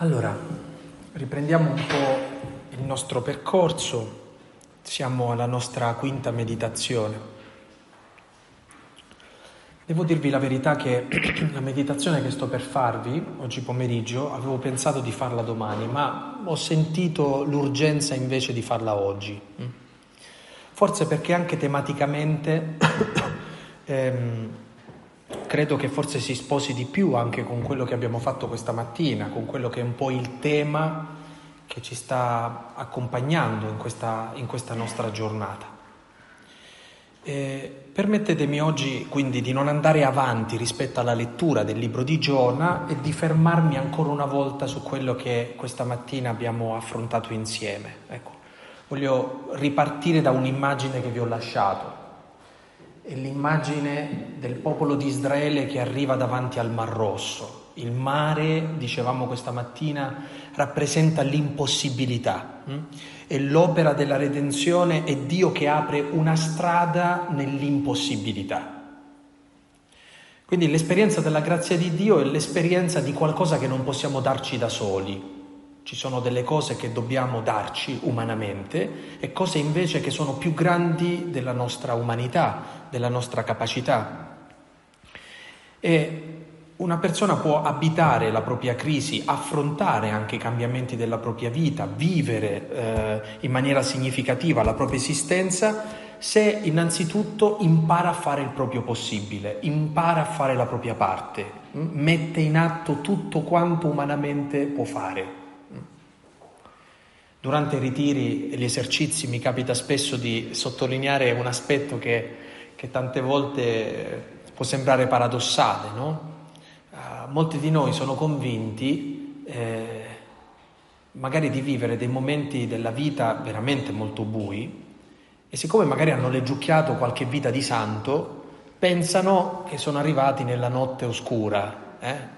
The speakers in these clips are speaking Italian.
Allora, riprendiamo un po' il nostro percorso, siamo alla nostra quinta meditazione. Devo dirvi la verità che la meditazione che sto per farvi oggi pomeriggio avevo pensato di farla domani, ma ho sentito l'urgenza invece di farla oggi. Forse perché anche tematicamente credo che forse si sposi di più anche con quello che abbiamo fatto questa mattina, con quello che è un po' il tema che ci sta accompagnando in questa nostra giornata. Permettetemi oggi quindi di non andare avanti rispetto alla lettura del libro di Giona e di fermarmi ancora una volta su quello che questa mattina abbiamo affrontato insieme. Ecco, voglio ripartire da un'immagine che vi ho lasciato. È l'immagine del popolo di Israele che arriva davanti al Mar Rosso. Il mare, dicevamo questa mattina, rappresenta l'impossibilità. E l'opera della redenzione è Dio che apre una strada nell'impossibilità. Quindi l'esperienza della grazia di Dio è l'esperienza di qualcosa che non possiamo darci da soli. Ci sono delle cose che dobbiamo darci umanamente e cose invece che sono più grandi della nostra umanità, della nostra capacità. E una persona può abitare la propria crisi, affrontare anche i cambiamenti della propria vita, vivere in maniera significativa la propria esistenza se innanzitutto impara a fare il proprio possibile, impara a fare la propria parte, mette in atto tutto quanto umanamente può fare. Durante i ritiri e gli esercizi mi capita spesso di sottolineare un aspetto che tante volte può sembrare paradossale, no? Molti di noi sono convinti magari di vivere dei momenti della vita veramente molto bui e siccome magari hanno leggiucchiato qualche vita di santo, pensano che sono arrivati nella notte oscura,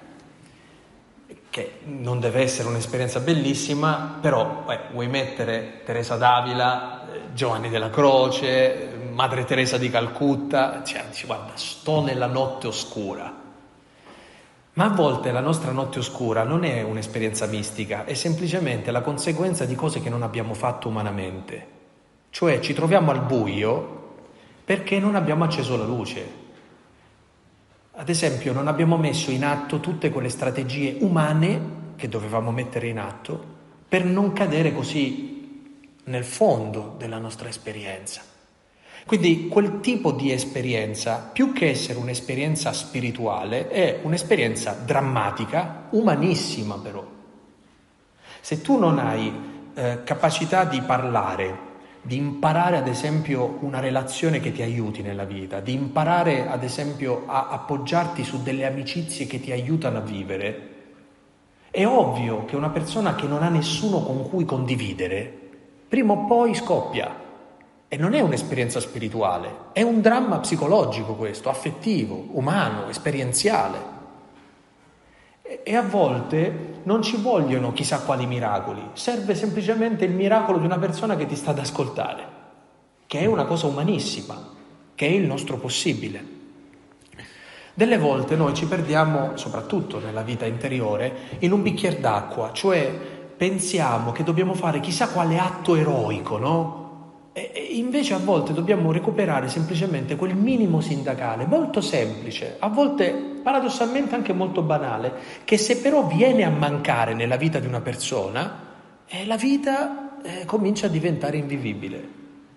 che non deve essere un'esperienza bellissima, però vuoi mettere Teresa d'Avila, Giovanni della Croce, Madre Teresa di Calcutta, dici guarda, sto nella notte oscura. Ma a volte la nostra notte oscura non è un'esperienza mistica, è semplicemente la conseguenza di cose che non abbiamo fatto umanamente. Cioè ci troviamo al buio perché non abbiamo acceso la luce. Ad esempio non abbiamo messo in atto tutte quelle strategie umane che dovevamo mettere in atto per non cadere così nel fondo della nostra esperienza. Quindi quel tipo di esperienza, più che essere un'esperienza spirituale, è un'esperienza drammatica, umanissima però. Se tu non hai capacità di parlare, di imparare ad esempio una relazione che ti aiuti nella vita, di imparare ad esempio a appoggiarti su delle amicizie che ti aiutano a vivere, è ovvio che una persona che non ha nessuno con cui condividere, prima o poi scoppia. E non è un'esperienza spirituale, è un dramma psicologico questo, affettivo, umano, esperienziale. E a volte non ci vogliono chissà quali miracoli, serve semplicemente il miracolo di una persona che ti sta ad ascoltare, che è una cosa umanissima, che è il nostro possibile. Delle volte noi ci perdiamo, soprattutto nella vita interiore, in un bicchiere d'acqua, cioè pensiamo che dobbiamo fare chissà quale atto eroico, no? E invece a volte dobbiamo recuperare semplicemente quel minimo sindacale, molto semplice, a volte paradossalmente anche molto banale, che se però viene a mancare nella vita di una persona, la vita comincia a diventare invivibile.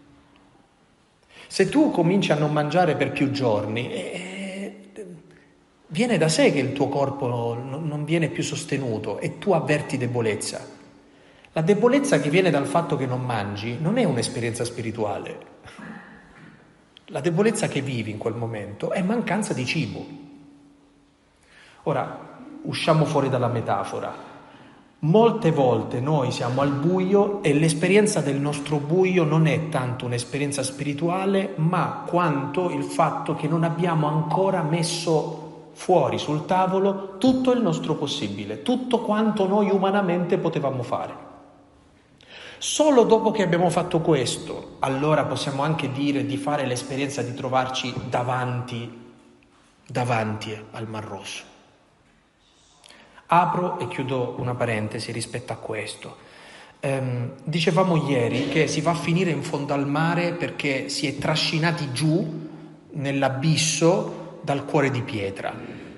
Se tu cominci a non mangiare per più giorni, viene da sé che il tuo corpo non viene più sostenuto e tu avverti debolezza. La debolezza che viene dal fatto che non mangi non è un'esperienza spirituale. La debolezza che vivi in quel momento è mancanza di cibo. Ora, usciamo fuori dalla metafora. Molte volte noi siamo al buio e l'esperienza del nostro buio non è tanto un'esperienza spirituale, ma quanto il fatto che non abbiamo ancora messo fuori sul tavolo tutto il nostro possibile, tutto quanto noi umanamente potevamo fare. Solo dopo che abbiamo fatto questo, allora possiamo anche dire di fare l'esperienza di trovarci davanti al Mar Rosso. Apro e chiudo una parentesi rispetto a questo. Dicevamo ieri che si va a finire in fondo al mare perché si è trascinati giù nell'abisso dal cuore di pietra.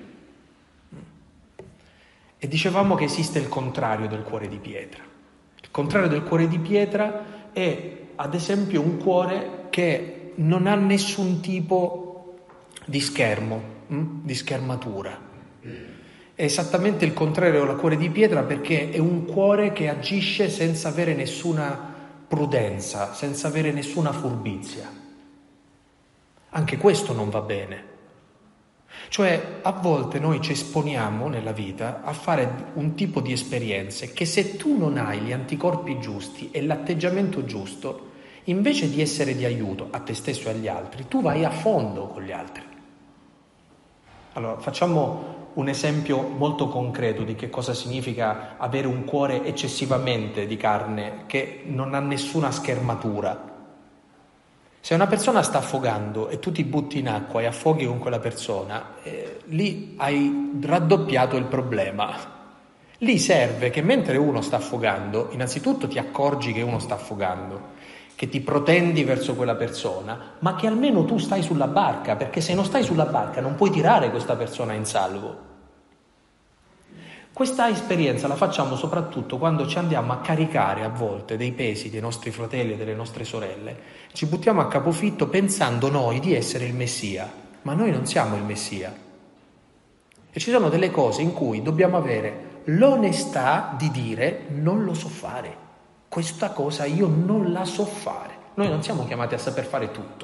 E dicevamo che esiste il contrario del cuore di pietra. Il contrario del cuore di pietra è, ad esempio, un cuore che non ha nessun tipo di schermo, di schermatura. È esattamente il contrario del cuore di pietra, perché è un cuore che agisce senza avere nessuna prudenza, senza avere nessuna furbizia. Anche questo non va bene. Cioè, a volte noi ci esponiamo nella vita a fare un tipo di esperienze che, se tu non hai gli anticorpi giusti e l'atteggiamento giusto, invece di essere di aiuto a te stesso e agli altri, tu vai a fondo con gli altri. Allora, facciamo un esempio molto concreto di che cosa significa avere un cuore eccessivamente di carne che non ha nessuna schermatura. Se una persona sta affogando e tu ti butti in acqua e affoghi con quella persona, lì hai raddoppiato il problema. Lì serve che mentre uno sta affogando, innanzitutto ti accorgi che uno sta affogando, che ti protendi verso quella persona, ma che almeno tu stai sulla barca, perché se non stai sulla barca non puoi tirare questa persona in salvo. Questa esperienza la facciamo soprattutto quando ci andiamo a caricare a volte dei pesi dei nostri fratelli e delle nostre sorelle. Ci buttiamo a capofitto pensando noi di essere il Messia, ma noi non siamo il Messia. E ci sono delle cose in cui dobbiamo avere l'onestà di dire: non lo so fare, questa cosa io non la so fare. Noi non siamo chiamati a saper fare tutto.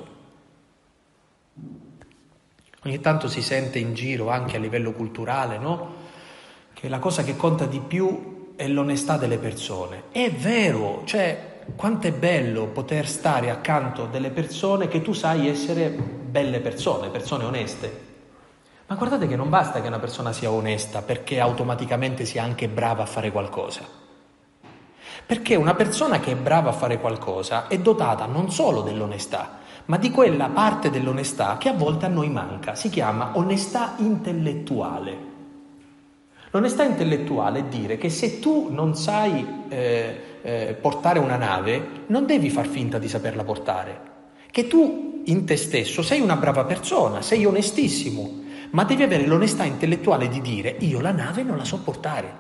Ogni tanto si sente in giro, anche a livello culturale, no? Che la cosa che conta di più è l'onestà delle persone. È vero, cioè, quanto è bello poter stare accanto a delle persone che tu sai essere belle persone, persone oneste. Ma guardate che non basta che una persona sia onesta perché automaticamente sia anche brava a fare qualcosa. Perché una persona che è brava a fare qualcosa è dotata non solo dell'onestà, ma di quella parte dell'onestà che a volte a noi manca. Si chiama onestà intellettuale. L'onestà intellettuale è dire che se tu non sai portare una nave, non devi far finta di saperla portare. Che tu in te stesso sei una brava persona, sei onestissimo, ma devi avere l'onestà intellettuale di dire: io la nave non la so portare.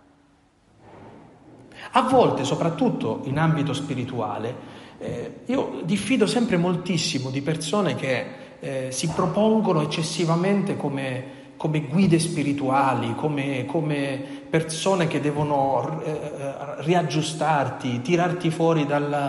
A volte, soprattutto in ambito spirituale, io diffido sempre moltissimo di persone che si propongono eccessivamente come guide spirituali, come persone che devono riaggiustarti, tirarti fuori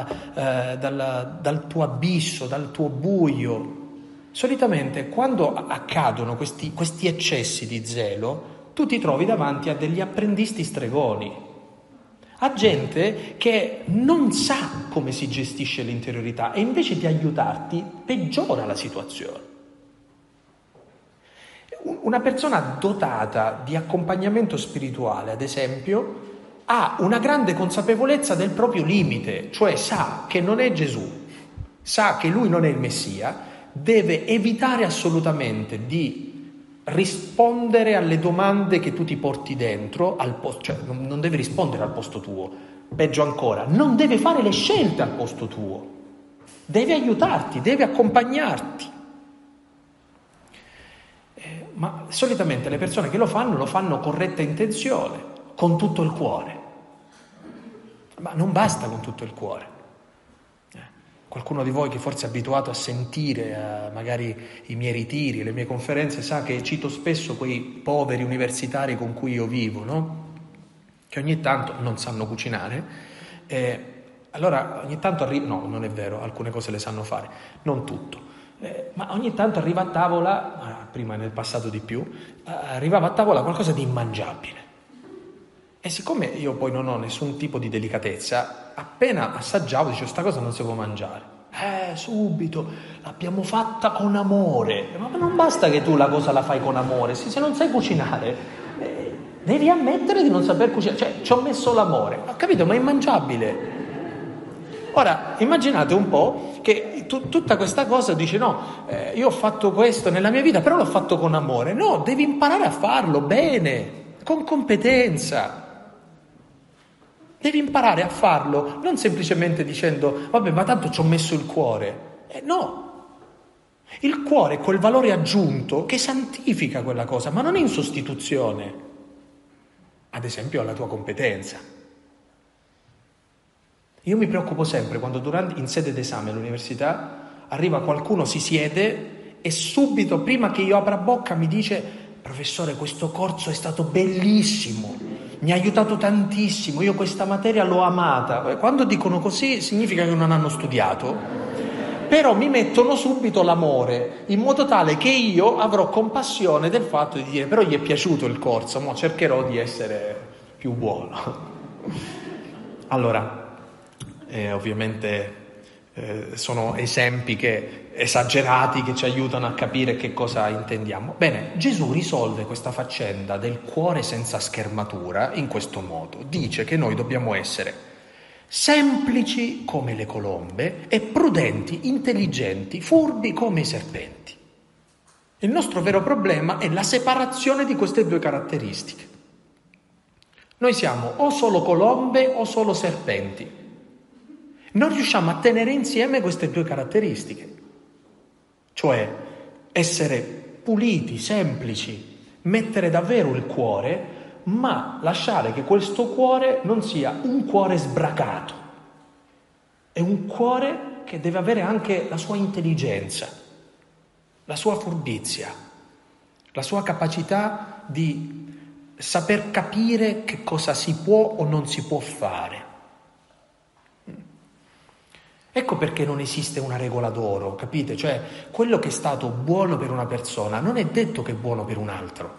dal tuo abisso, dal tuo buio. Solitamente quando accadono questi eccessi di zelo, tu ti trovi davanti a degli apprendisti stregoni, a gente che non sa come si gestisce l'interiorità e invece di aiutarti peggiora la situazione. Una persona dotata di accompagnamento spirituale, ad esempio, ha una grande consapevolezza del proprio limite, cioè sa che non è Gesù, sa che lui non è il Messia, deve evitare assolutamente di rispondere alle domande che tu ti porti dentro, cioè non deve rispondere al posto tuo, peggio ancora, non deve fare le scelte al posto tuo, deve aiutarti, deve accompagnarti. Ma solitamente le persone che lo fanno con retta intenzione, con tutto il cuore. Ma non basta con tutto il cuore. Qualcuno di voi che forse è abituato a sentire magari i miei ritiri, le mie conferenze, sa che cito spesso quei poveri universitari con cui io vivo, no? Che ogni tanto non sanno cucinare. Allora ogni tanto no, non è vero, alcune cose le sanno fare, non tutto. Ma ogni tanto arriva a tavola, prima nel passato di più, arrivava a tavola qualcosa di immangiabile. E siccome io poi non ho nessun tipo di delicatezza, appena assaggiavo dicevo: sta cosa non si può mangiare. Subito, l'abbiamo fatta con amore. Ma non basta che tu la cosa la fai con amore, se non sai cucinare, devi ammettere di non saper cucinare. Cioè, ci ho messo l'amore, ho capito, ma è immangiabile. Ora, immaginate un po' che tutta questa cosa dice: no, io ho fatto questo nella mia vita, però l'ho fatto con amore. No, devi imparare a farlo bene. con competenza. Devi imparare a farlo, non semplicemente dicendo, vabbè, ma tanto ci ho messo il cuore. No. Il cuore è quel valore aggiunto che santifica quella cosa, ma non è in sostituzione, ad esempio, alla tua competenza. Io mi preoccupo sempre quando in sede d'esame all'università arriva qualcuno, si siede e subito, prima che io apra bocca, mi dice: professore, questo corso è stato bellissimo, mi ha aiutato tantissimo, io questa materia l'ho amata. Quando dicono così significa che non hanno studiato. Però mi mettono subito l'amore, in modo tale che io avrò compassione del fatto di dire: però gli è piaciuto il corso, mo cercherò di essere più buono. Allora, ovviamente sono esempi esagerati che ci aiutano a capire che cosa intendiamo. Bene, Gesù risolve questa faccenda del cuore senza schermatura in questo modo. Dice che noi dobbiamo essere semplici come le colombe e prudenti, intelligenti, furbi come i serpenti. Il nostro vero problema è la separazione di queste due caratteristiche. Noi siamo o solo colombe o solo serpenti. Non riusciamo a tenere insieme queste due caratteristiche, cioè essere puliti, semplici, mettere davvero il cuore, ma lasciare che questo cuore non sia un cuore sbracato. È un cuore che deve avere anche la sua intelligenza, la sua furbizia, la sua capacità di saper capire che cosa si può o non si può fare. Ecco perché non esiste una regola d'oro, capite? Cioè, quello che è stato buono per una persona non è detto che è buono per un altro.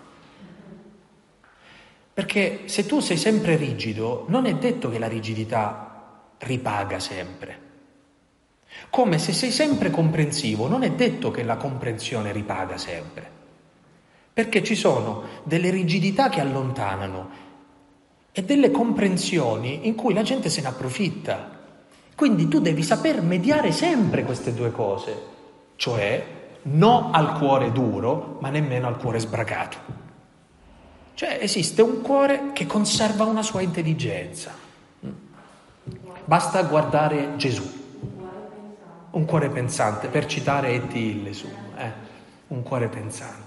Perché se tu sei sempre rigido, non è detto che la rigidità ripaga sempre. Come se sei sempre comprensivo, non è detto che la comprensione ripaga sempre. Perché ci sono delle rigidità che allontanano e delle comprensioni in cui la gente se ne approfitta. Quindi tu devi saper mediare sempre queste due cose, cioè no al cuore duro, ma nemmeno al cuore sbragato. Cioè esiste un cuore che conserva una sua intelligenza. Basta guardare Gesù, un cuore pensante, per citare Etty Hillesum, un cuore pensante.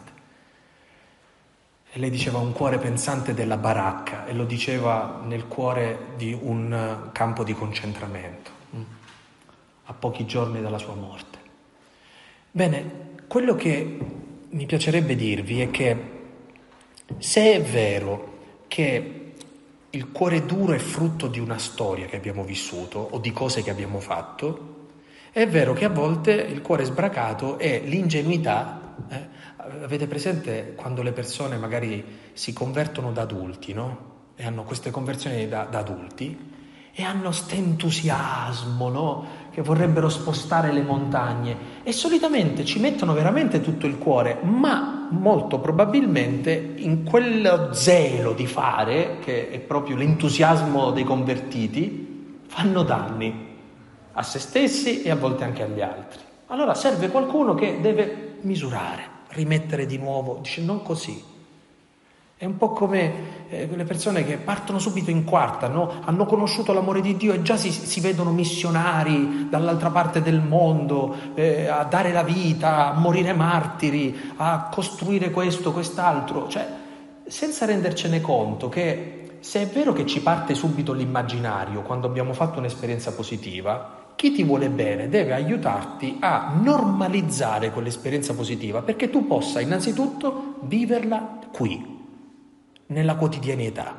E lei diceva un cuore pensante della baracca, e lo diceva nel cuore di un campo di concentramento, a pochi giorni dalla sua morte. Bene, quello che mi piacerebbe dirvi è che se è vero che il cuore duro è frutto di una storia che abbiamo vissuto o di cose che abbiamo fatto, è vero che a volte il cuore sbracato è l'ingenuità. Avete presente quando le persone magari si convertono da adulti, no? E hanno queste conversioni da adulti e hanno st'entusiasmo, no? Che vorrebbero spostare le montagne e solitamente ci mettono veramente tutto il cuore, ma molto probabilmente in quello zelo di fare, che è proprio l'entusiasmo dei convertiti, fanno danni a se stessi e a volte anche agli altri. Allora serve qualcuno che deve misurare, rimettere di nuovo, dice non così. È un po' come quelle persone che partono subito in quarta, no? Hanno conosciuto l'amore di Dio e già si vedono missionari dall'altra parte del mondo, a dare la vita, a morire martiri, a costruire questo, quest'altro, cioè senza rendercene conto che se è vero che ci parte subito l'immaginario quando abbiamo fatto un'esperienza positiva, chi ti vuole bene deve aiutarti a normalizzare quell'esperienza positiva perché tu possa innanzitutto viverla qui, nella quotidianità.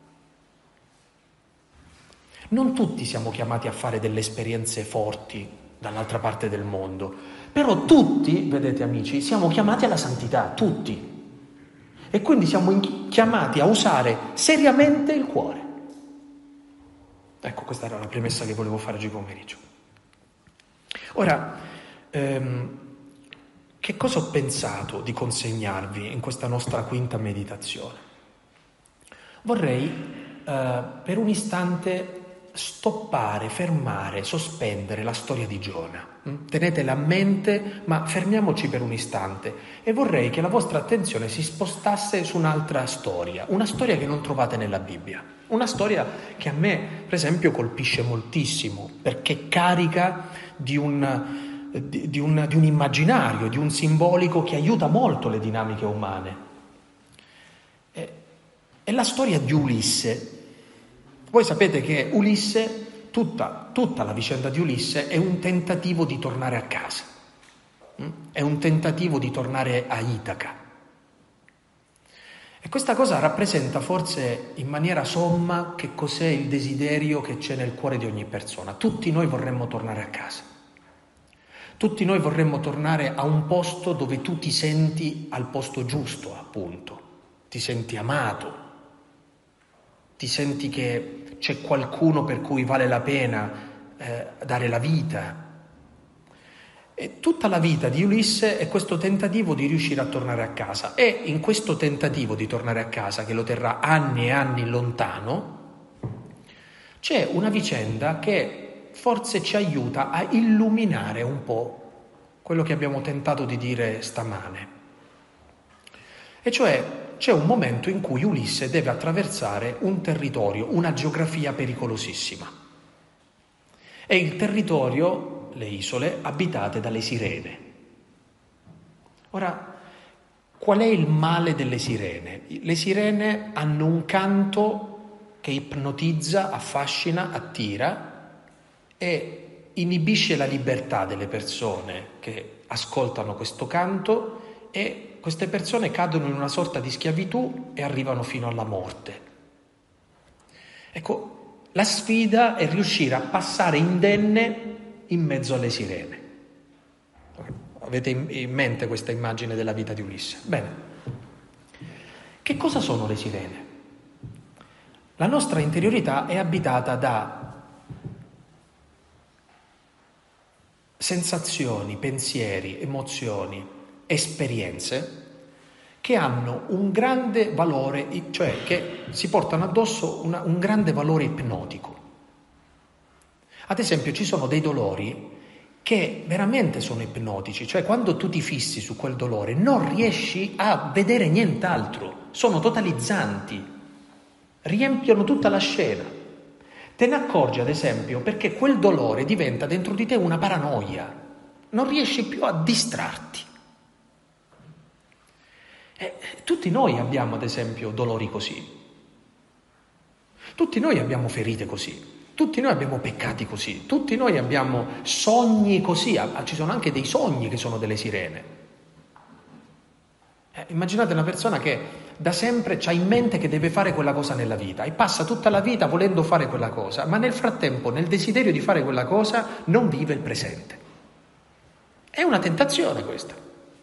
Non tutti siamo chiamati a fare delle esperienze forti dall'altra parte del mondo, però tutti, vedete amici, siamo chiamati alla santità, tutti. E quindi siamo chiamati a usare seriamente il cuore. Ecco, questa era la premessa che volevo fare oggi pomeriggio. Ora, che cosa ho pensato di consegnarvi in questa nostra quinta meditazione? Vorrei per un istante stoppare, fermare, sospendere la storia di Giona. Tenetela a mente, ma fermiamoci per un istante e vorrei che la vostra attenzione si spostasse su un'altra storia, una storia che non trovate nella Bibbia, una storia che a me, per esempio, colpisce moltissimo, perché è carica di un immaginario, di un simbolico che aiuta molto le dinamiche umane. È la storia di Ulisse. Voi sapete che Ulisse, tutta la vicenda di Ulisse è un tentativo di tornare a casa, è un tentativo di tornare a Itaca. E questa cosa rappresenta forse in maniera somma che cos'è il desiderio che c'è nel cuore di ogni persona. Tutti noi vorremmo tornare a casa, tutti noi vorremmo tornare a un posto dove tu ti senti al posto giusto, appunto, ti senti amato, ti senti che c'è qualcuno per cui vale la pena dare la vita. E tutta la vita di Ulisse è questo tentativo di riuscire a tornare a casa. E in questo tentativo di tornare a casa, che lo terrà anni e anni lontano, c'è una vicenda che forse ci aiuta a illuminare un po' quello che abbiamo tentato di dire stamane. E cioè c'è un momento in cui Ulisse deve attraversare un territorio, una geografia pericolosissima. È il territorio, le isole, abitate dalle sirene. Ora, qual è il male delle sirene? Le sirene hanno un canto che ipnotizza, affascina, attira e inibisce la libertà delle persone che ascoltano questo canto e queste persone cadono in una sorta di schiavitù e arrivano fino alla morte. Ecco, la sfida è riuscire a passare indenne in mezzo alle sirene. Avete in mente questa immagine della vita di Ulisse? Bene. Che cosa sono le sirene? La nostra interiorità è abitata da sensazioni, pensieri, emozioni, esperienze che hanno un grande valore, cioè che si portano addosso un grande valore ipnotico. Ad esempio, ci sono dei dolori che veramente sono ipnotici, cioè quando tu ti fissi su quel dolore non riesci a vedere nient'altro, sono totalizzanti, riempiono tutta la scena. Te ne accorgi, ad esempio, perché quel dolore diventa dentro di te una paranoia, non riesci più a distrarti. Tutti noi abbiamo, ad esempio, dolori così. Tutti noi abbiamo ferite così. Tutti noi abbiamo peccati così. Tutti noi abbiamo sogni così. Ci sono anche dei sogni che sono delle sirene. Immaginate una persona che da sempre ha in mente che deve fare quella cosa nella vita e passa tutta la vita volendo fare quella cosa, ma nel frattempo, nel desiderio di fare quella cosa, non vive il presente. È una tentazione questa.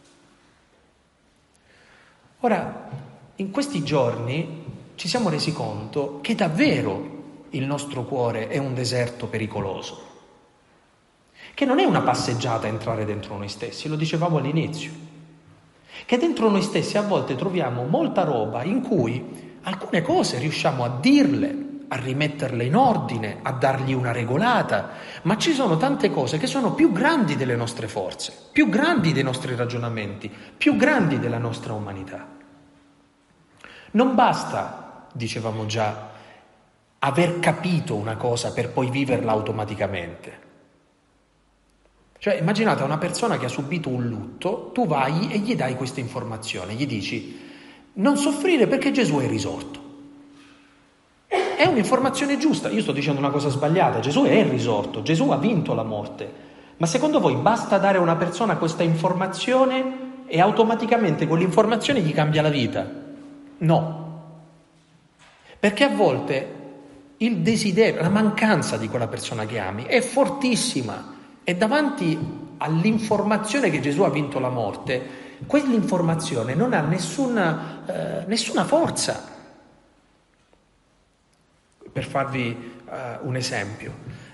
Ora, in questi giorni ci siamo resi conto che davvero il nostro cuore è un deserto pericoloso, che non è una passeggiata entrare dentro noi stessi, lo dicevamo all'inizio, che dentro noi stessi a volte troviamo molta roba in cui alcune cose riusciamo a dirle, a rimetterle in ordine, a dargli una regolata, ma ci sono tante cose che sono più grandi delle nostre forze, più grandi dei nostri ragionamenti, più grandi della nostra umanità. Non basta, dicevamo già, aver capito una cosa per poi viverla automaticamente. Cioè, immaginate una persona che ha subito un lutto, tu vai e gli dai questa informazione, gli dici: non soffrire perché Gesù è risorto. È un'informazione giusta, io sto dicendo una cosa sbagliata, Gesù è risorto, Gesù ha vinto la morte. Ma secondo voi basta dare a una persona questa informazione e automaticamente quell'informazione gli cambia la vita? No. Perché a volte il desiderio, la mancanza di quella persona che ami è fortissima e davanti all'informazione che Gesù ha vinto la morte, quell'informazione non ha nessuna forza. Per farvi un esempio,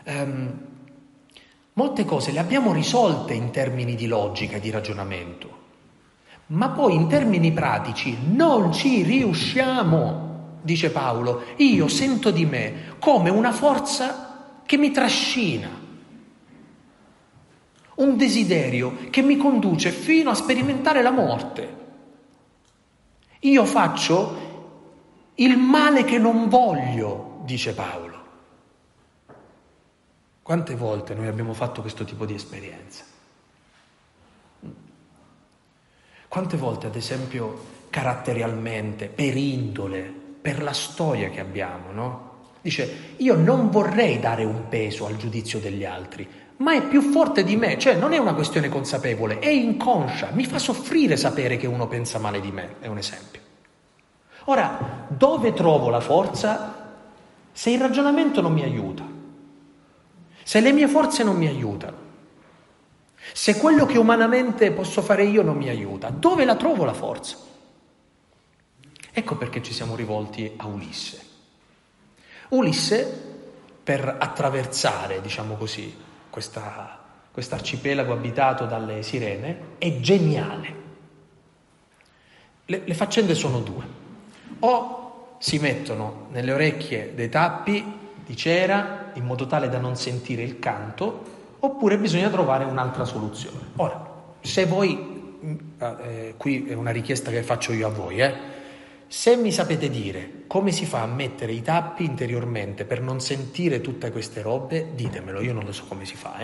molte cose le abbiamo risolte in termini di logica e di ragionamento, ma poi in termini pratici non ci riusciamo. Dice Paolo: io sento di me come una forza che mi trascina, un desiderio che mi conduce fino a sperimentare la morte. Io faccio il male che non voglio, dice Paolo. Quante volte noi abbiamo fatto questo tipo di esperienza? Quante volte, ad esempio, caratterialmente, per indole, per la storia che abbiamo, no? Dice, io non vorrei dare un peso al giudizio degli altri, ma è più forte di me, cioè non è una questione consapevole, è inconscia, mi fa soffrire sapere che uno pensa male di me, è un esempio. Ora, dove trovo la forza? Se il ragionamento non mi aiuta, se le mie forze non mi aiutano, se quello che umanamente posso fare io non mi aiuta, dove la trovo la forza? Ecco perché ci siamo rivolti a Ulisse. Ulisse, per attraversare, diciamo così, quest'arcipelago abitato dalle sirene, è geniale. Le faccende sono due. O si mettono nelle orecchie dei tappi di cera in modo tale da non sentire il canto, oppure bisogna trovare un'altra soluzione. Ora, se voi, qui è una richiesta che faccio io a voi, se mi sapete dire come si fa a mettere i tappi interiormente per non sentire tutte queste robe, ditemelo, io non lo so come si fa,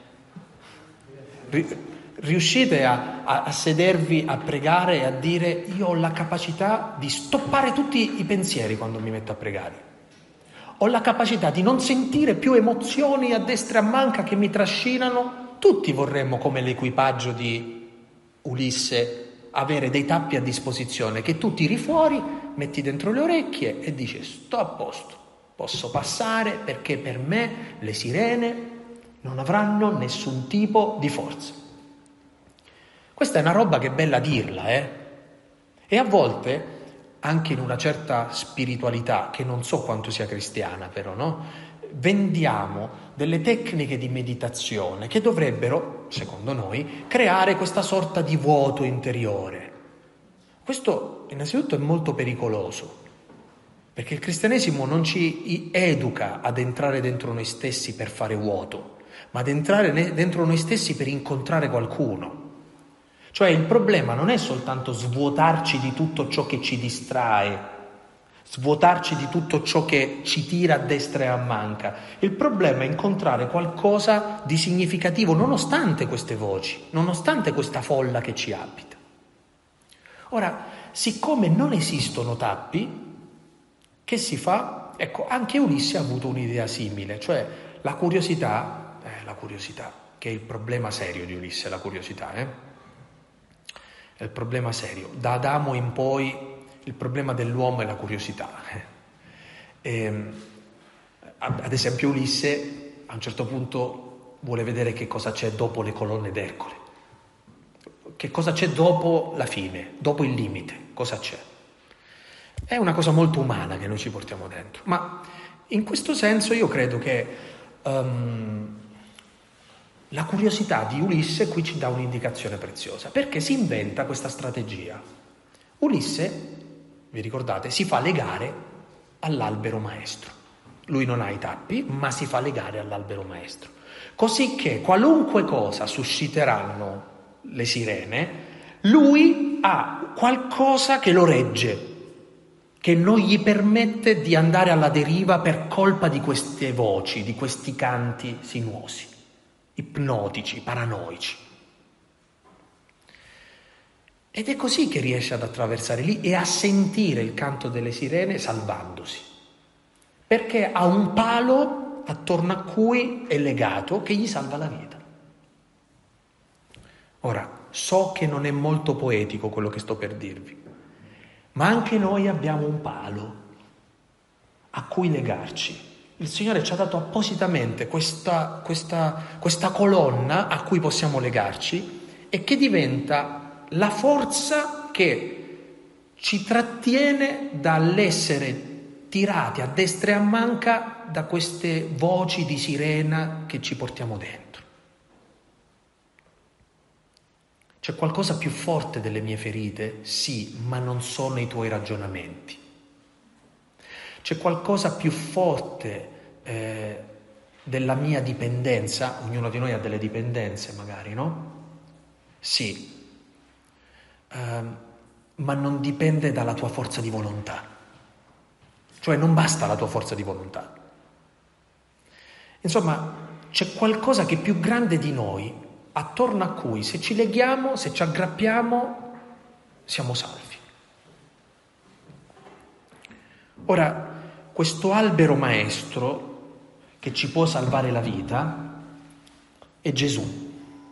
Riuscite a sedervi, a pregare e a dire io ho la capacità di stoppare tutti i pensieri quando mi metto a pregare. Ho la capacità di non sentire più emozioni a destra e a manca che mi trascinano. Tutti vorremmo, come l'equipaggio di Ulisse, avere dei tappi a disposizione che tu tiri fuori, metti dentro le orecchie e dici sto a posto, posso passare perché per me le sirene non avranno nessun tipo di forza. Questa è una roba che è bella dirla, E a volte, anche in una certa spiritualità, che non so quanto sia cristiana però, no? Vendiamo delle tecniche di meditazione che dovrebbero, secondo noi, creare questa sorta di vuoto interiore. Questo, innanzitutto, è molto pericoloso, perché il cristianesimo non ci educa ad entrare dentro noi stessi per fare vuoto, ma ad entrare dentro noi stessi per incontrare qualcuno. Cioè il problema non è soltanto svuotarci di tutto ciò che ci distrae, svuotarci di tutto ciò che ci tira a destra e a manca. Il problema è incontrare qualcosa di significativo nonostante queste voci, nonostante questa folla che ci abita. Ora, siccome non esistono tappi, che si fa? Ecco, anche Ulisse ha avuto un'idea simile, cioè la curiosità, che è il problema serio di Ulisse, la curiosità, È il problema serio. Da Adamo in poi il problema dell'uomo è la curiosità. Ad esempio Ulisse a un certo punto vuole vedere che cosa c'è dopo le colonne d'Ercole. Che cosa c'è dopo la fine, dopo il limite, cosa c'è? È una cosa molto umana che noi ci portiamo dentro. Ma in questo senso io credo che la curiosità di Ulisse qui ci dà un'indicazione preziosa, perché si inventa questa strategia. Ulisse, vi ricordate, si fa legare all'albero maestro. Lui non ha i tappi, ma si fa legare all'albero maestro. Così che qualunque cosa susciteranno le sirene, lui ha qualcosa che lo regge, che non gli permette di andare alla deriva per colpa di queste voci, di questi canti sinuosi, ipnotici, paranoici. Ed è così che riesce ad attraversare lì e a sentire il canto delle sirene salvandosi, perché ha un palo attorno a cui è legato che gli salva la vita. Ora, so che non è molto poetico quello che sto per dirvi, ma anche noi abbiamo un palo a cui legarci. Il Signore ci ha dato appositamente questa colonna a cui possiamo legarci e che diventa la forza che ci trattiene dall'essere tirati a destra e a manca da queste voci di sirena che ci portiamo dentro. C'è qualcosa più forte delle mie ferite? Sì, ma non sono i tuoi ragionamenti. C'è qualcosa più forte della mia dipendenza, ognuno di noi ha delle dipendenze magari, no? Sì, ma non dipende dalla tua forza di volontà. Cioè non basta la tua forza di volontà. Insomma, c'è qualcosa che è più grande di noi, attorno a cui se ci leghiamo, se ci aggrappiamo, siamo salvi. Ora, questo albero maestro che ci può salvare la vita è Gesù.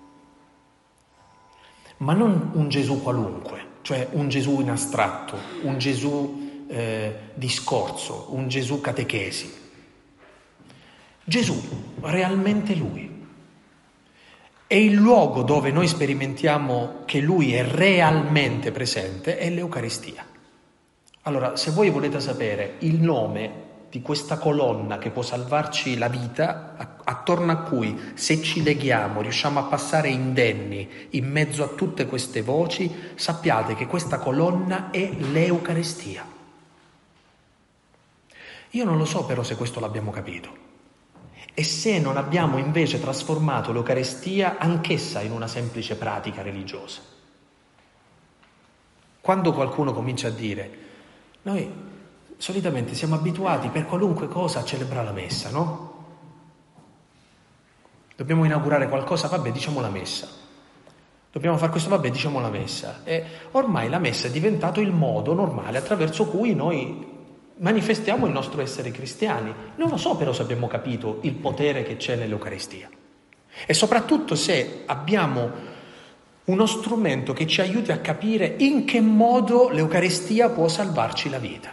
Ma non un Gesù qualunque, cioè un Gesù in astratto, un Gesù discorso, un Gesù catechesi. Gesù, realmente Lui. E il luogo dove noi sperimentiamo che Lui è realmente presente è l'Eucaristia. Allora, se voi volete sapere il nome di questa colonna che può salvarci la vita, attorno a cui, se ci leghiamo, riusciamo a passare indenni in mezzo a tutte queste voci, sappiate che questa colonna è l'Eucaristia. Io non lo so però se questo l'abbiamo capito. E se non abbiamo invece trasformato l'Eucaristia anch'essa in una semplice pratica religiosa. Quando qualcuno comincia a dire, noi solitamente siamo abituati per qualunque cosa a celebrare la messa, no? Dobbiamo inaugurare qualcosa, vabbè, diciamo la messa. Dobbiamo fare questo, vabbè, diciamo la messa. E ormai la messa è diventato il modo normale attraverso cui noi manifestiamo il nostro essere cristiani. Non lo so però se abbiamo capito il potere che c'è nell'Eucaristia. E soprattutto se abbiamo uno strumento che ci aiuti a capire in che modo l'Eucaristia può salvarci la vita.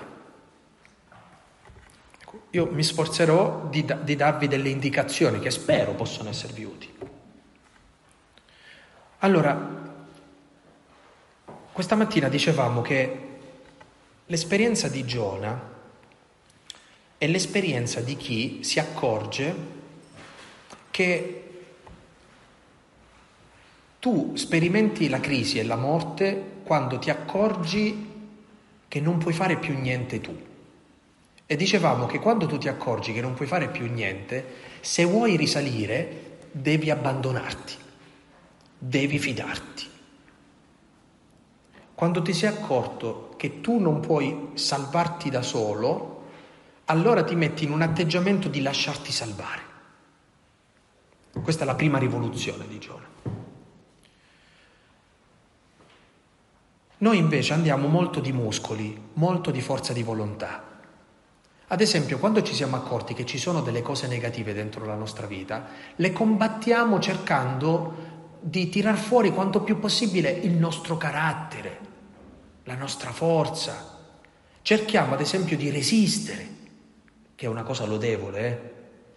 Io mi sforzerò di darvi delle indicazioni che spero possano esservi utili. Allora, questa mattina dicevamo che l'esperienza di Giona è l'esperienza di chi si accorge che tu sperimenti la crisi e la morte quando ti accorgi che non puoi fare più niente tu. E dicevamo che quando tu ti accorgi che non puoi fare più niente, se vuoi risalire, devi abbandonarti, devi fidarti. Quando ti sei accorto che tu non puoi salvarti da solo, allora ti metti in un atteggiamento di lasciarti salvare. Questa è la prima rivoluzione di Giona. Noi invece andiamo molto di muscoli, molto di forza di volontà. Ad esempio, quando ci siamo accorti che ci sono delle cose negative dentro la nostra vita, le combattiamo cercando di tirar fuori quanto più possibile il nostro carattere, la nostra forza. Cerchiamo ad esempio di resistere, che è una cosa lodevole,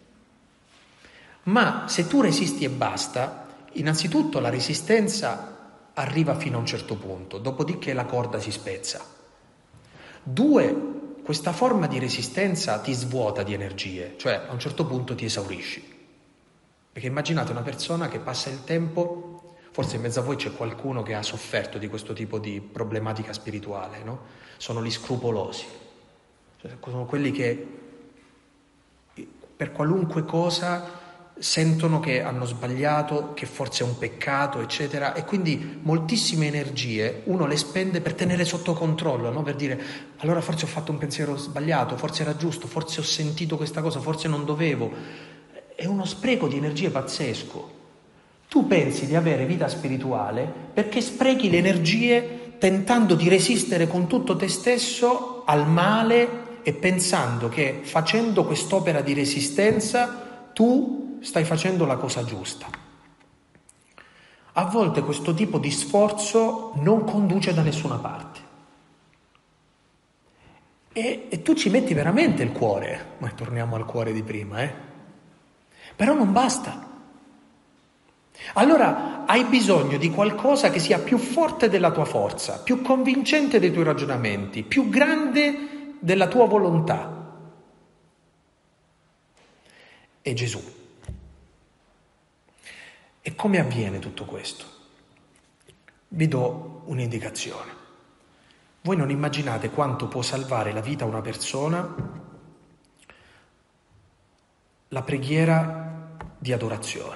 Ma se tu resisti e basta, innanzitutto la resistenza arriva fino a un certo punto, dopodiché la corda si spezza. 2, questa forma di resistenza ti svuota di energie, cioè a un certo punto ti esaurisci. Perché immaginate una persona che passa il tempo, forse in mezzo a voi c'è qualcuno che ha sofferto di questo tipo di problematica spirituale, no? Sono gli scrupolosi, cioè, sono quelli che per qualunque cosa sentono che hanno sbagliato, che forse è un peccato, eccetera, e quindi moltissime energie uno le spende per tenere sotto controllo, no? Per dire, allora forse ho fatto un pensiero sbagliato, forse era giusto, forse ho sentito questa cosa, forse non dovevo. È uno spreco di energie pazzesco. Tu pensi di avere vita spirituale perché sprechi le energie tentando di resistere con tutto te stesso al male e pensando che facendo quest'opera di resistenza tu stai facendo la cosa giusta. A volte questo tipo di sforzo non conduce da nessuna parte. E tu ci metti veramente il cuore, ma torniamo al cuore di prima, Però non basta. Allora hai bisogno di qualcosa che sia più forte della tua forza, più convincente dei tuoi ragionamenti, più grande della tua volontà. È Gesù. E come avviene tutto questo? Vi do un'indicazione. Voi non immaginate quanto può salvare la vita a una persona la preghiera di adorazione.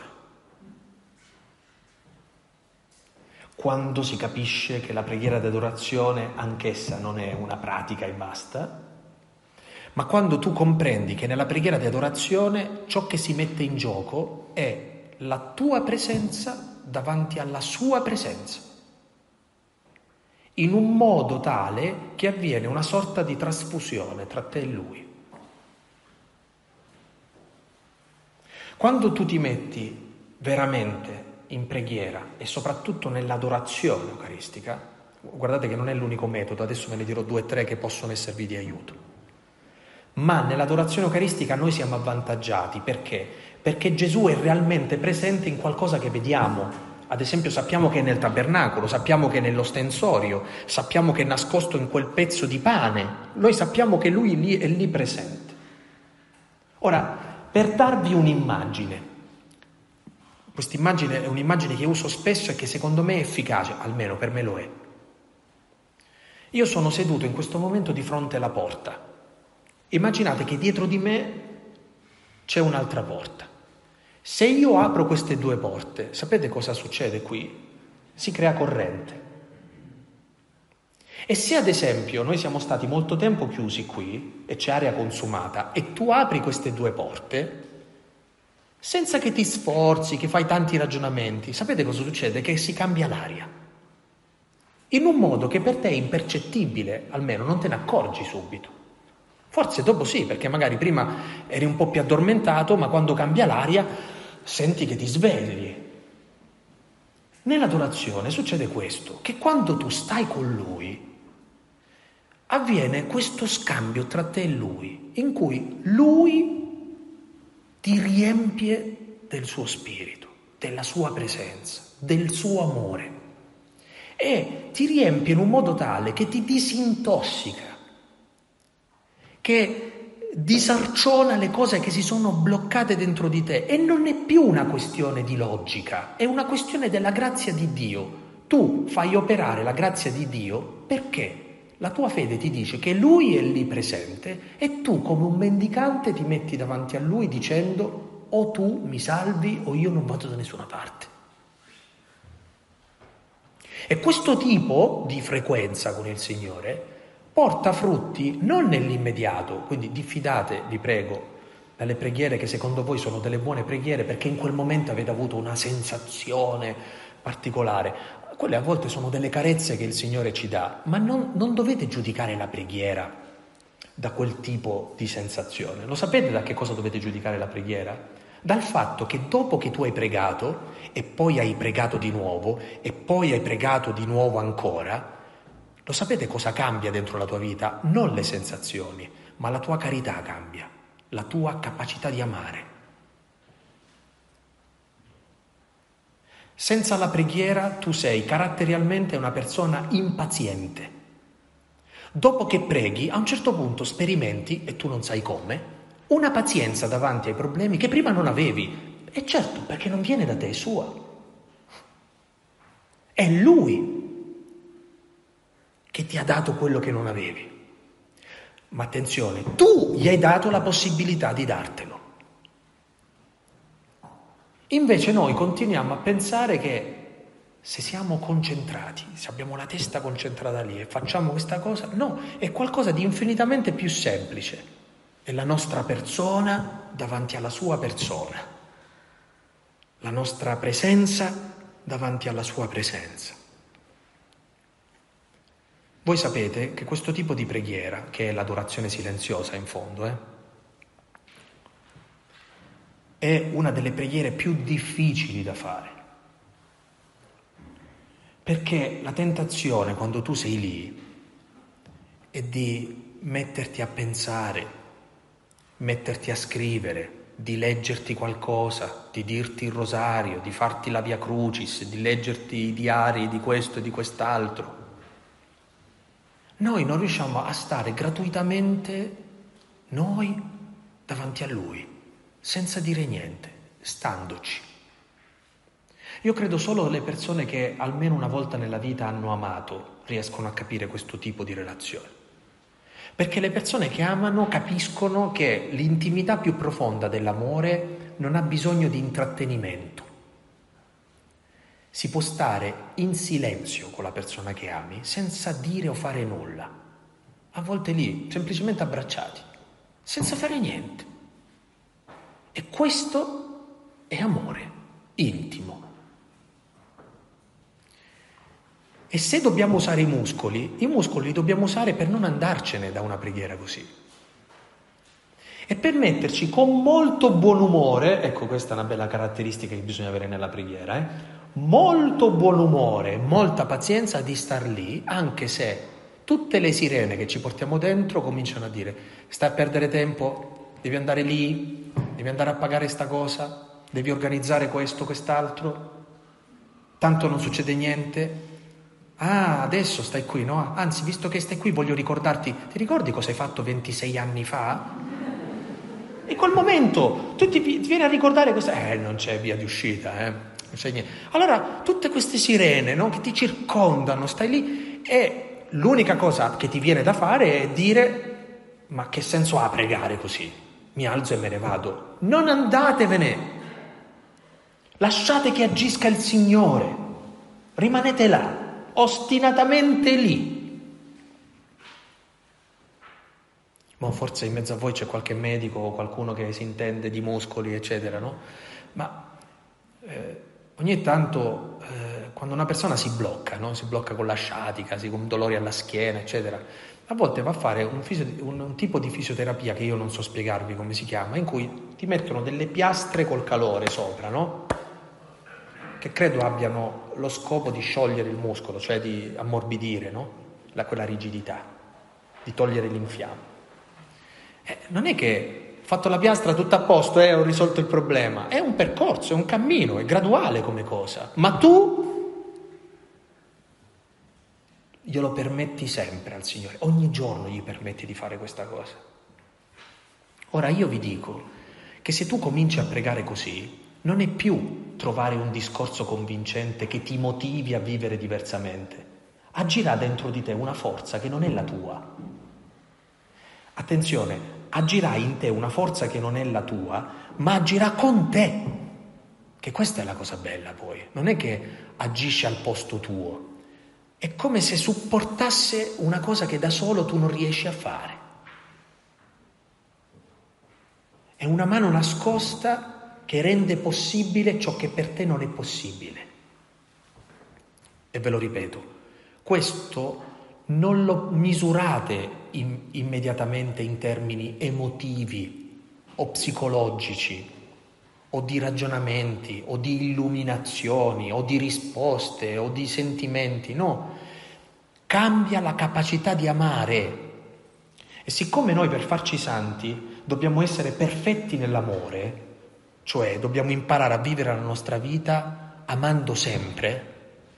Quando si capisce che la preghiera di adorazione anch'essa non è una pratica e basta, ma quando tu comprendi che nella preghiera di adorazione ciò che si mette in gioco è la tua presenza davanti alla sua presenza, in un modo tale che avviene una sorta di trasfusione tra te e lui. Quando tu ti metti veramente in preghiera e soprattutto nell'adorazione eucaristica, guardate che non è l'unico metodo, adesso ve ne dirò 2 o 3 che possono esservi di aiuto, ma nell'adorazione eucaristica noi siamo avvantaggiati. Perché? Perché Gesù è realmente presente in qualcosa che vediamo. Ad esempio sappiamo che è nel tabernacolo, sappiamo che è nell'ostensorio, sappiamo che è nascosto in quel pezzo di pane, noi sappiamo che lui è lì presente. Ora, per darvi un'immagine, quest'immagine è un'immagine che uso spesso e che secondo me è efficace, almeno per me lo è. Io sono seduto in questo momento di fronte alla porta. Immaginate che dietro di me c'è un'altra porta. Se io apro queste 2 porte, sapete cosa succede qui? Si crea corrente. E se ad esempio noi siamo stati molto tempo chiusi qui e c'è aria consumata e tu apri queste 2 porte, senza che ti sforzi, che fai tanti ragionamenti, sapete cosa succede? Che si cambia l'aria. In un modo che per te è impercettibile, almeno non te ne accorgi subito. Forse dopo sì, perché magari prima eri un po' più addormentato, ma quando cambia l'aria senti che ti svegli. Nell'adorazione succede questo, che quando tu stai con lui, avviene questo scambio tra te e lui, in cui lui ti riempie del suo spirito, della sua presenza, del suo amore, e ti riempie in un modo tale che ti disintossica, che disarciona le cose che si sono bloccate dentro di te, e non è più una questione di logica, è una questione della grazia di Dio. Tu fai operare la grazia di Dio perché la tua fede ti dice che Lui è lì presente e tu come un mendicante ti metti davanti a Lui dicendo: o tu mi salvi o io non vado da nessuna parte. E questo tipo di frequenza con il Signore porta frutti non nell'immediato, quindi diffidate, vi prego, dalle preghiere che secondo voi sono delle buone preghiere perché in quel momento avete avuto una sensazione particolare. Quelle a volte sono delle carezze che il Signore ci dà, ma non dovete giudicare la preghiera da quel tipo di sensazione. Lo sapete da che cosa dovete giudicare la preghiera? Dal fatto che dopo che tu hai pregato e poi hai pregato di nuovo e poi hai pregato di nuovo ancora, lo sapete cosa cambia dentro la tua vita? Non le sensazioni, ma la tua carità cambia, la tua capacità di amare. Senza la preghiera tu sei caratterialmente una persona impaziente. Dopo che preghi, a un certo punto sperimenti, e tu non sai come, una pazienza davanti ai problemi che prima non avevi. E certo, perché non viene da te, è sua. È Lui che ti ha dato quello che non avevi. Ma attenzione, tu gli hai dato la possibilità di dartelo. Invece noi continuiamo a pensare che se siamo concentrati, se abbiamo la testa concentrata lì e facciamo questa cosa, no, è qualcosa di infinitamente più semplice. È la nostra persona davanti alla sua persona, la nostra presenza davanti alla sua presenza. Voi sapete che questo tipo di preghiera, che è l'adorazione silenziosa in fondo, è una delle preghiere più difficili da fare. Perché la tentazione, quando tu sei lì, è di metterti a pensare, metterti a scrivere, di leggerti qualcosa, di dirti il rosario, di farti la Via Crucis, di leggerti i diari di questo e di quest'altro. Noi non riusciamo a stare gratuitamente noi davanti a Lui, senza dire niente, standoci. Io credo solo le persone che almeno una volta nella vita hanno amato riescono a capire questo tipo di relazione. Perché le persone che amano capiscono che l'intimità più profonda dell'amore non ha bisogno di intrattenimento. Si può stare in silenzio con la persona che ami senza dire o fare nulla. A volte lì, semplicemente abbracciati, senza fare niente. E questo è amore intimo. E se dobbiamo usare i muscoli li dobbiamo usare per non andarcene da una preghiera così. E per metterci con molto buon umore, ecco questa è una bella caratteristica che bisogna avere nella preghiera, molto buon umore, molta pazienza di star lì, anche se tutte le sirene che ci portiamo dentro cominciano a dire: stai a perdere tempo, devi andare lì, devi andare a pagare sta cosa, devi organizzare questo, quest'altro, tanto non succede niente. Ah, adesso stai qui, no? Anzi, visto che stai qui voglio ricordarti, ti ricordi cosa hai fatto 26 anni fa? In quel momento tu ti vieni a ricordare questo, non c'è via di uscita, non c'è niente. Allora, tutte queste sirene, no, che ti circondano, stai lì, e l'unica cosa che ti viene da fare è dire: ma che senso ha pregare così? Mi alzo e me ne vado. Non andatevene! Lasciate che agisca il Signore. Rimanete là, ostinatamente lì. Ma forse in mezzo a voi c'è qualche medico o qualcuno che si intende di muscoli, eccetera, no? Ma ogni tanto quando una persona si blocca, no? Si blocca con la sciatica, con dolori alla schiena, eccetera, a volte va a fare un tipo di fisioterapia che io non so spiegarvi come si chiama, in cui ti mettono delle piastre col calore sopra, no? Che credo abbiano lo scopo di sciogliere il muscolo, cioè di ammorbidire, no? Quella rigidità, di togliere l'infiammo. Non è che fatto la piastra tutto a posto, ho risolto il problema. È un percorso, è un cammino, è graduale come cosa. Ma tu glielo permetti sempre al Signore, ogni giorno gli permetti di fare questa cosa. Ora io vi dico che se tu cominci a pregare così, non è più trovare un discorso convincente che ti motivi a vivere diversamente. Agirà dentro di te una forza che non è la tua. Attenzione, agirà in te una forza che non è la tua, ma agirà con te. Che questa è la cosa bella poi. Non è che agisce al posto tuo. È come se supportasse una cosa che da solo tu non riesci a fare. È una mano nascosta che rende possibile ciò che per te non è possibile. E ve lo ripeto, questo non lo misurate immediatamente in termini emotivi o psicologici o di ragionamenti o di illuminazioni o di risposte o di sentimenti, no. Cambia la capacità di amare. E siccome noi per farci santi dobbiamo essere perfetti nell'amore, cioè dobbiamo imparare a vivere la nostra vita amando sempre,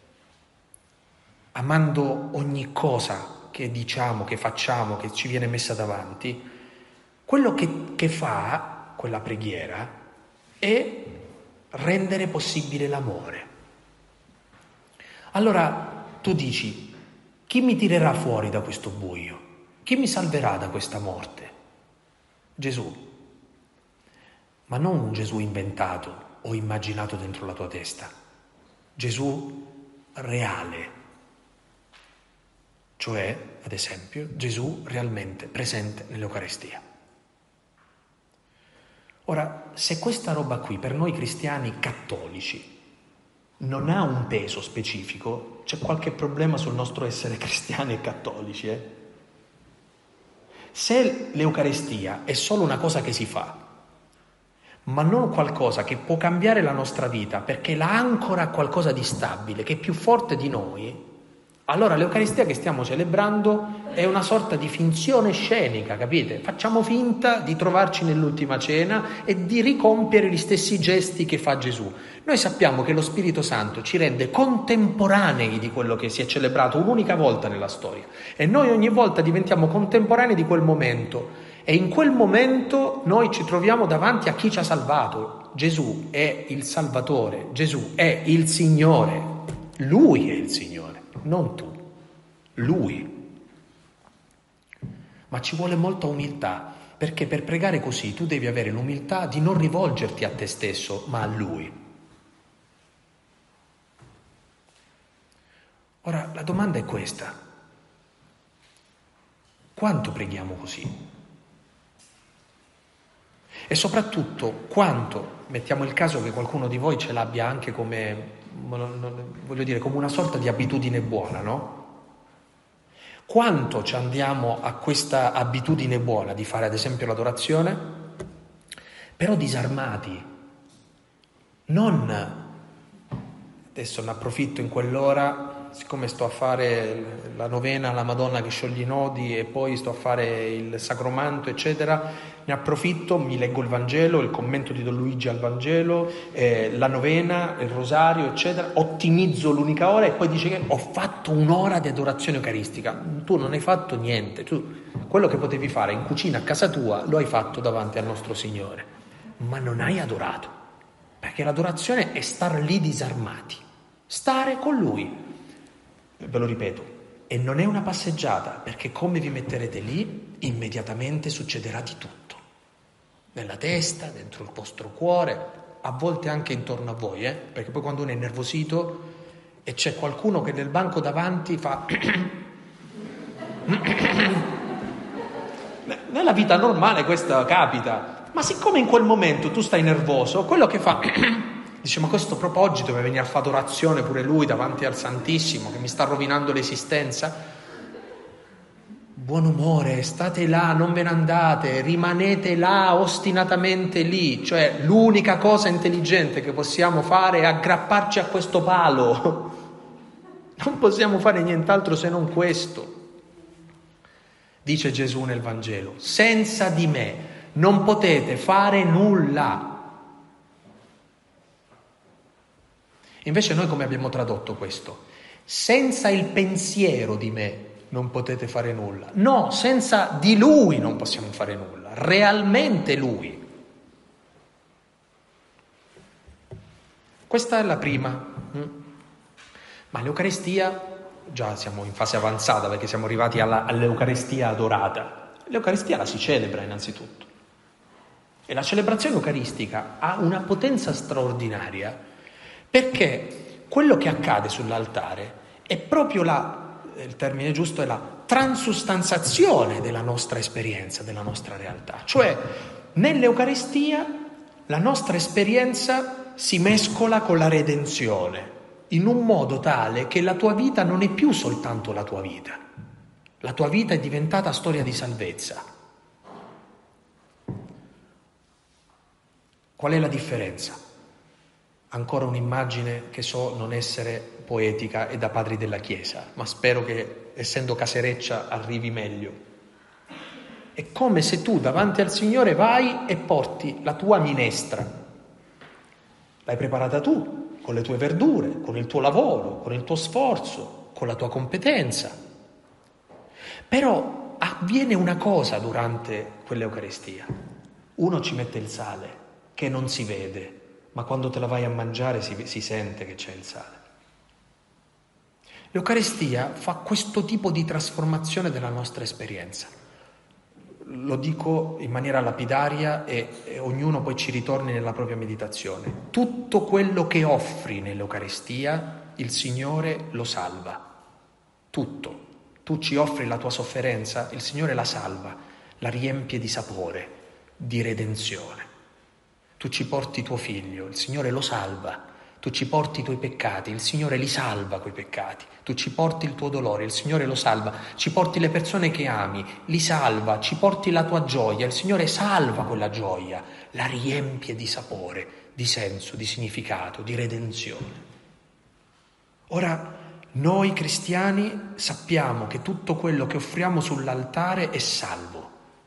amando ogni cosa che diciamo, che facciamo, che ci viene messa davanti, quello che fa quella preghiera è rendere possibile l'amore. Allora tu dici: chi mi tirerà fuori da questo buio? Chi mi salverà da questa morte? Gesù. Ma non un Gesù inventato o immaginato dentro la tua testa. Gesù reale. Cioè, ad esempio, Gesù realmente presente nell'Eucaristia. Ora, se questa roba qui per noi cristiani cattolici non ha un peso specifico, c'è qualche problema sul nostro essere cristiani e cattolici, Se l'Eucaristia è solo una cosa che si fa, ma non qualcosa che può cambiare la nostra vita perché la ancora a qualcosa di stabile, che è più forte di noi, allora l'Eucaristia che stiamo celebrando è una sorta di finzione scenica, capite? Facciamo finta di trovarci nell'ultima cena e di ricompiere gli stessi gesti che fa Gesù. Noi sappiamo che lo Spirito Santo ci rende contemporanei di quello che si è celebrato un'unica volta nella storia e noi ogni volta diventiamo contemporanei di quel momento. E in quel momento noi ci troviamo davanti a chi ci ha salvato. Gesù è il Salvatore, Gesù è il Signore, Lui è il Signore, non tu, Lui. ma ci vuole molta umiltà, perché per pregare così tu devi avere l'umiltà di non rivolgerti a te stesso, ma a Lui. Ora, la domanda è questa: quanto preghiamo così? E soprattutto quanto, mettiamo il caso che qualcuno di voi ce l'abbia anche come, voglio dire, come una sorta di abitudine buona, no? Quanto ci andiamo a questa abitudine buona di fare ad esempio l'adorazione, però disarmati, non adesso ne approfitto in quell'ora, siccome sto a fare la novena alla Madonna che scioglie i nodi e poi sto a fare il sacromanto eccetera, ne approfitto, mi leggo il Vangelo, il commento di Don Luigi al Vangelo, la novena, il rosario eccetera, ottimizzo l'unica ora e poi dice che ho fatto un'ora di adorazione eucaristica. Tu non hai fatto niente, tu quello che potevi fare in cucina a casa tua lo hai fatto davanti al nostro Signore, ma non hai adorato, perché l'adorazione è star lì disarmati, stare con Lui. Ve lo ripeto, e non è una passeggiata, perché come vi metterete lì, immediatamente succederà di tutto. Nella testa, dentro il vostro cuore, a volte anche intorno a voi, perché poi quando uno è innervosito e c'è qualcuno che nel banco davanti fa... Nella vita normale questo capita, ma siccome in quel momento tu stai nervoso, quello che fa... Dice, ma questo proposito deve venire a fare adorazione pure lui davanti al Santissimo, che mi sta rovinando l'esistenza. Buon umore, state là, non ve ne andate, rimanete là ostinatamente lì. Cioè l'unica cosa intelligente che possiamo fare è aggrapparci a questo palo. Non possiamo fare nient'altro se non questo. Dice Gesù nel Vangelo, senza di me non potete fare nulla. Invece noi come abbiamo tradotto questo? Senza il pensiero di me non potete fare nulla. No, senza di Lui non possiamo fare nulla. Realmente Lui. Questa è la prima. Ma l'Eucaristia, già siamo in fase avanzata perché siamo arrivati all'Eucaristia adorata. L'Eucaristia la si celebra innanzitutto. E la celebrazione eucaristica ha una potenza straordinaria, perché quello che accade sull'altare è proprio il termine giusto è la transustanzazione della nostra esperienza, della nostra realtà. Cioè, nell'Eucaristia la nostra esperienza si mescola con la redenzione, in un modo tale che la tua vita non è più soltanto la tua vita. La tua vita è diventata storia di salvezza. Qual è la differenza? Ancora un'immagine che so non essere poetica e da padri della Chiesa, ma spero che, essendo casereccia, arrivi meglio. È come se tu davanti al Signore vai e porti la tua minestra. L'hai preparata tu, con le tue verdure, con il tuo lavoro, con il tuo sforzo, con la tua competenza. Però avviene una cosa durante quell'Eucaristia. Uno ci mette il sale, che non si vede, ma quando te la vai a mangiare si sente che c'è il sale. L'Eucaristia fa questo tipo di trasformazione della nostra esperienza. Lo dico in maniera lapidaria e ognuno poi ci ritorni nella propria meditazione. Tutto quello che offri nell'Eucaristia, il Signore lo salva. Tutto. Tu ci offri la tua sofferenza, il Signore la salva, la riempie di sapore, di redenzione. Tu ci porti tuo figlio, il Signore lo salva. Tu ci porti i tuoi peccati, il Signore li salva quei peccati. Tu ci porti il tuo dolore, il Signore lo salva. Ci porti le persone che ami, li salva. Ci porti la tua gioia, il Signore salva quella gioia, la riempie di sapore, di senso, di significato, di redenzione. Ora, noi cristiani sappiamo che tutto quello che offriamo sull'altare è salvo.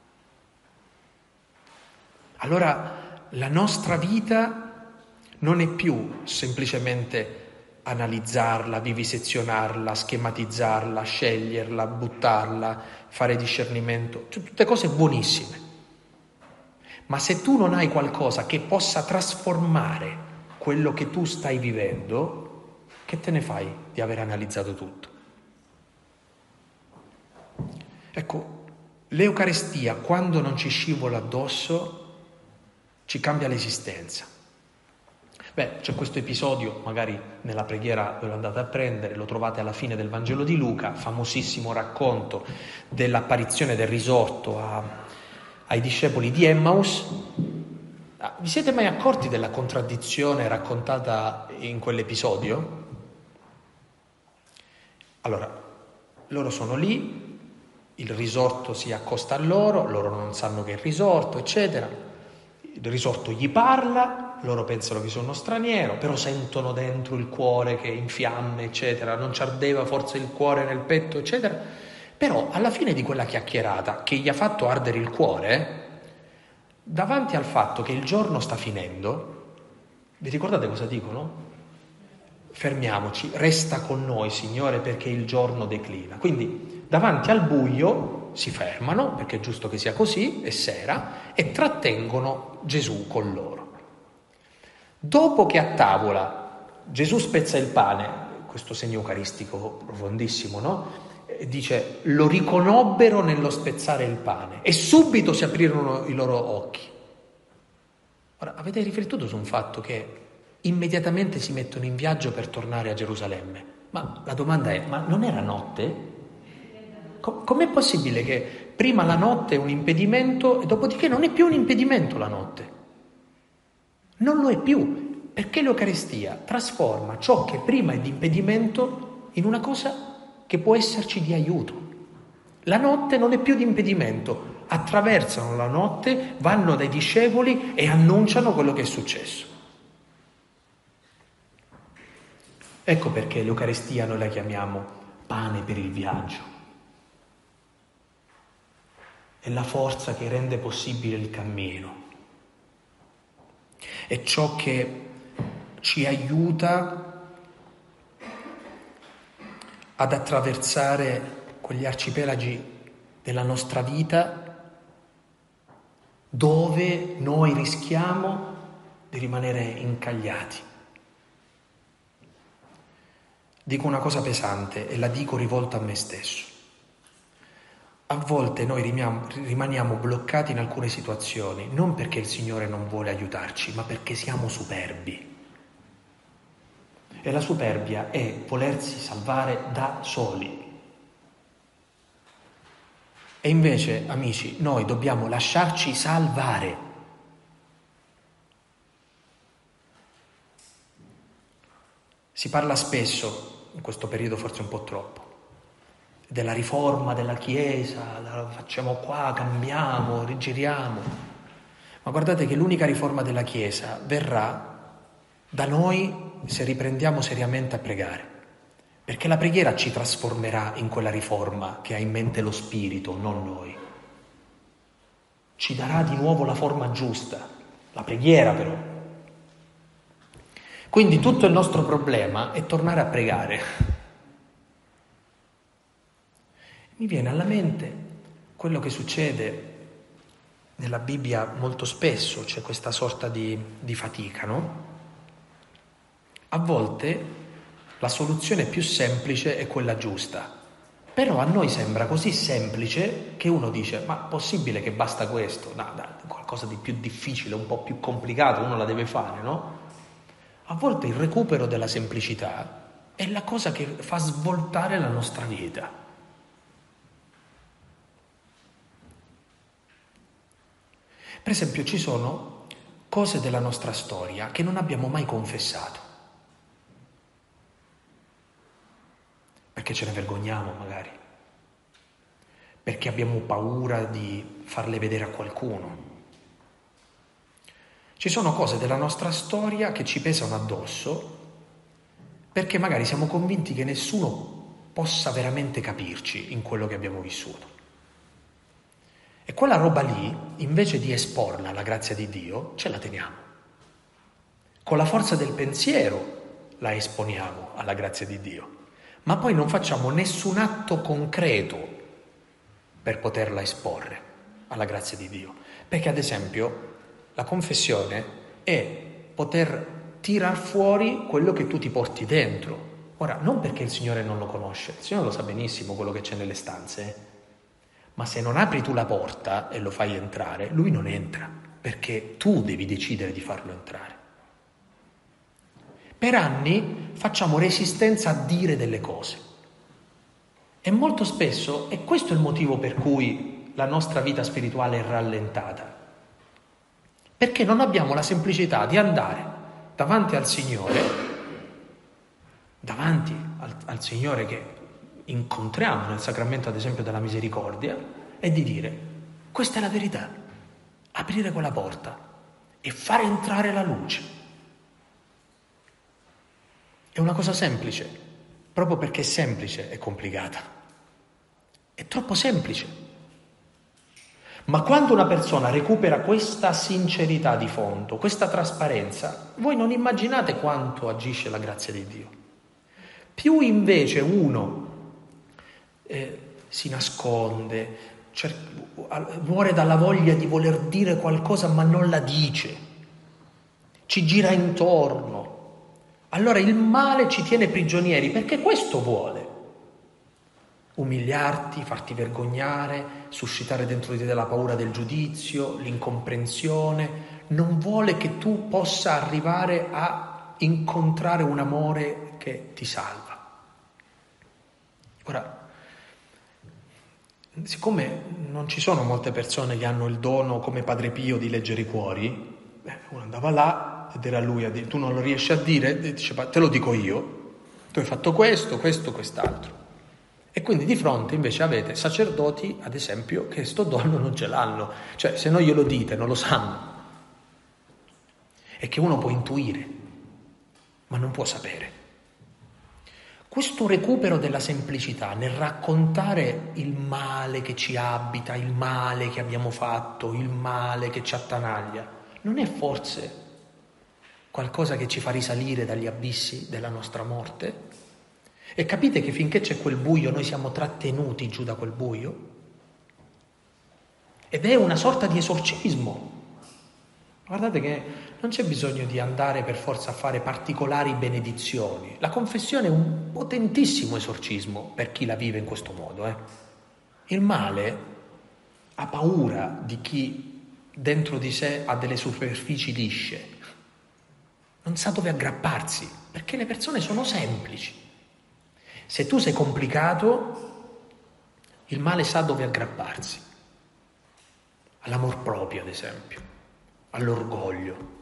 Allora, la nostra vita non è più semplicemente analizzarla, vivisezionarla, schematizzarla, sceglierla, buttarla, fare discernimento, cioè, tutte cose buonissime. Ma se tu non hai qualcosa che possa trasformare quello che tu stai vivendo, che te ne fai di aver analizzato tutto? Ecco, L'Eucaristia, quando non ci scivola addosso, ci cambia l'esistenza. C'è questo episodio, magari nella preghiera ve lo andate a prendere, lo trovate alla fine del Vangelo di Luca, famosissimo racconto dell'apparizione del risorto ai discepoli di Emmaus. Vi siete mai accorti della contraddizione raccontata in quell'episodio? Allora, loro sono lì, il risorto si accosta a loro non sanno che è il risorto, eccetera. Il risorto gli parla, loro pensano che sia uno straniero, però sentono dentro il cuore che è in fiamme, eccetera, non ci ardeva forse il cuore nel petto, eccetera. Però alla fine di quella chiacchierata che gli ha fatto ardere il cuore, davanti al fatto che il giorno sta finendo, vi ricordate cosa dicono? Fermiamoci, resta con noi, Signore, perché il giorno declina. Quindi davanti al buio si fermano, perché è giusto che sia così, è sera, e trattengono Gesù con loro. Dopo che a tavola Gesù spezza il pane, questo segno eucaristico profondissimo, no? Dice, lo riconobbero nello spezzare il pane e subito si aprirono i loro occhi. Ora, avete riflettuto su un fatto che immediatamente si mettono in viaggio per tornare a Gerusalemme? Ma la domanda è, ma non era notte? Com'è possibile che prima la notte è un impedimento e dopodiché non è più un impedimento la notte? Non lo è più, perché l'Eucaristia trasforma ciò che prima è di impedimento in una cosa che può esserci di aiuto. La notte non è più di impedimento, attraversano la notte, vanno dai discepoli e annunciano quello che è successo. Ecco perché l'Eucaristia noi la chiamiamo pane per il viaggio. È la forza che rende possibile il cammino. È ciò che ci aiuta ad attraversare quegli arcipelagi della nostra vita dove noi rischiamo di rimanere incagliati. Dico una cosa pesante e la dico rivolta a me stesso. A volte noi rimaniamo bloccati in alcune situazioni, non perché il Signore non vuole aiutarci, ma perché siamo superbi. E la superbia è volersi salvare da soli. E invece, amici, noi dobbiamo lasciarci salvare. Si parla spesso, in questo periodo forse un po' troppo, della riforma della Chiesa, la facciamo qua, cambiamo, rigiriamo. Ma guardate che l'unica riforma della Chiesa verrà da noi se riprendiamo seriamente a pregare, perché la preghiera ci trasformerà in quella riforma che ha in mente lo Spirito, non noi. Ci darà di nuovo la forma giusta, la preghiera però. Quindi tutto il nostro problema è tornare a pregare. Mi viene alla mente quello che succede nella Bibbia molto spesso, c'è questa sorta di fatica, no? A volte la soluzione più semplice è quella giusta, però a noi sembra così semplice che uno dice, ma possibile che basta questo? No, qualcosa di più difficile, un po' più complicato, uno la deve fare, no? A volte il recupero della semplicità è la cosa che fa svoltare la nostra vita. Per esempio, ci sono cose della nostra storia che non abbiamo mai confessato. Perché ce ne vergogniamo magari, perché abbiamo paura di farle vedere a qualcuno. Ci sono cose della nostra storia che ci pesano addosso perché magari siamo convinti che nessuno possa veramente capirci in quello che abbiamo vissuto. E quella roba lì, invece di esporla alla grazia di Dio, ce la teniamo. Con la forza del pensiero la esponiamo alla grazia di Dio. Ma poi non facciamo nessun atto concreto per poterla esporre alla grazia di Dio. Perché ad esempio la confessione è poter tirar fuori quello che tu ti porti dentro. Ora, non perché il Signore non lo conosce, il Signore lo sa benissimo quello che c'è nelle stanze, Ma se non apri tu la porta e lo fai entrare, lui non entra, perché tu devi decidere di farlo entrare. Per anni facciamo resistenza a dire delle cose. E molto spesso, e questo è il motivo per cui la nostra vita spirituale è rallentata, perché non abbiamo la semplicità di andare davanti al Signore, davanti al Signore che incontriamo nel sacramento ad esempio della misericordia, e di dire: questa è la verità, aprire quella porta e fare entrare la luce. È una cosa semplice, proprio perché è semplice è complicata, è troppo semplice. Ma quando una persona recupera questa sincerità di fondo, questa trasparenza, voi non immaginate quanto agisce la grazia di Dio. Più invece uno si nasconde, muore dalla voglia di voler dire qualcosa ma non la dice, ci gira intorno, allora il male ci tiene prigionieri, perché questo vuole: umiliarti, farti vergognare, suscitare dentro di te la paura del giudizio, l'incomprensione. Non vuole che tu possa arrivare a incontrare un amore che ti salva. Ora, siccome non ci sono molte persone che hanno il dono come Padre Pio di leggere i cuori, uno andava là ed era lui a dire: tu non lo riesci a dire? Diceva: te lo dico io, tu hai fatto questo, questo, quest'altro. E quindi di fronte invece avete sacerdoti, ad esempio, che sto dono non ce l'hanno, cioè se non glielo dite non lo sanno, e che uno può intuire, ma non può sapere. Questo recupero della semplicità nel raccontare il male che ci abita, il male che abbiamo fatto, il male che ci attanaglia, non è forse qualcosa che ci fa risalire dagli abissi della nostra morte? E capite che finché c'è quel buio noi siamo trattenuti giù da quel buio? Ed è una sorta di esorcismo. Guardate che non c'è bisogno di andare per forza a fare particolari benedizioni. La confessione è un potentissimo esorcismo per chi la vive in questo modo. Il male ha paura di chi dentro di sé ha delle superfici lisce. Non sa dove aggrapparsi, perché le persone sono semplici. Se tu sei complicato, il male sa dove aggrapparsi. All'amor proprio, ad esempio, all'orgoglio.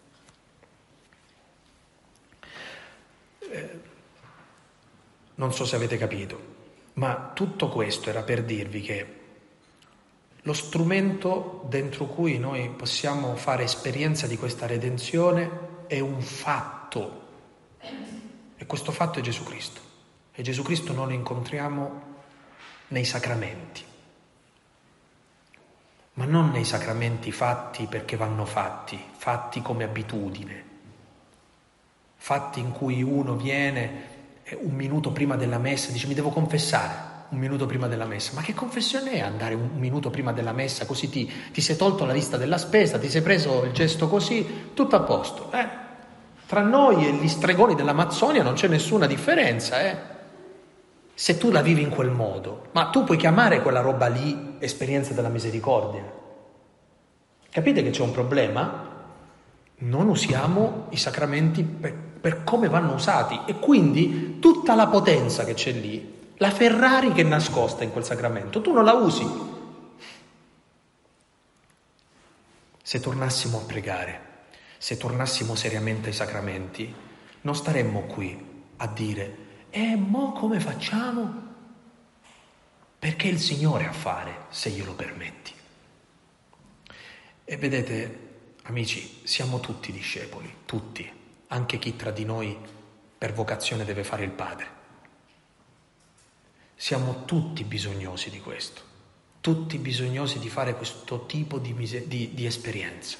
Non so se avete capito, ma tutto questo era per dirvi che lo strumento dentro cui noi possiamo fare esperienza di questa redenzione è un fatto, e questo fatto è Gesù Cristo. E Gesù Cristo non lo incontriamo nei sacramenti, ma non nei sacramenti fatti perché vanno fatti come abitudine, fatti in cui uno viene un minuto prima della messa e dice: mi devo confessare un minuto prima della messa. Ma che confessione è andare un minuto prima della messa, così ti sei tolto la lista della spesa, ti sei preso il gesto così, tutto a posto, Tra noi e gli stregoni dell'Amazzonia non c'è nessuna differenza, se tu la vivi in quel modo. Ma tu puoi chiamare quella roba lì esperienza della misericordia. Capite che c'è un problema? Non usiamo i sacramenti per come vanno usati, e quindi tutta la potenza che c'è lì, la Ferrari che è nascosta in quel sacramento, tu non la usi. Se tornassimo a pregare, se tornassimo seriamente ai sacramenti, non staremmo qui a dire: mo come facciamo? Perché è il Signore a fare, se glielo permetti. E vedete, amici, siamo tutti discepoli, tutti, anche chi tra di noi per vocazione deve fare il padre. Siamo tutti bisognosi di questo, tutti bisognosi di fare questo tipo di esperienza.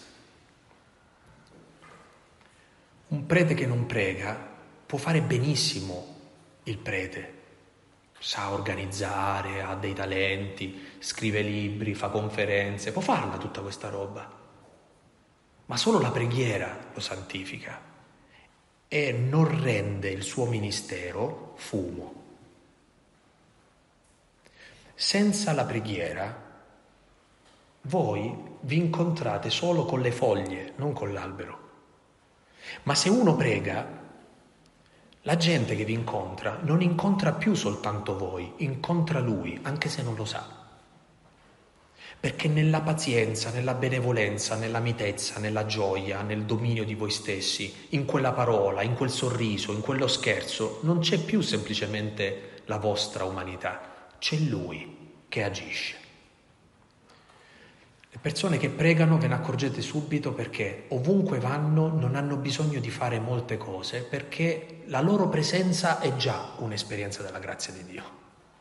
Un prete che non prega può fare benissimo il prete, sa organizzare, ha dei talenti, scrive libri, fa conferenze, può farla tutta questa roba, ma solo la preghiera lo santifica e non rende il suo ministero fumo. senza la preghiera voi vi incontrate solo con le foglie, non con l'albero. Ma se uno prega, la gente che vi incontra non incontra più soltanto voi, incontra lui, anche se non lo sa. Perché nella pazienza, nella benevolenza, nella mitezza, nella gioia, nel dominio di voi stessi, in quella parola, in quel sorriso, in quello scherzo, non c'è più semplicemente la vostra umanità, c'è lui che agisce. Le persone che pregano ve ne accorgete subito perché ovunque vanno non hanno bisogno di fare molte cose, perché la loro presenza è già un'esperienza della grazia di Dio.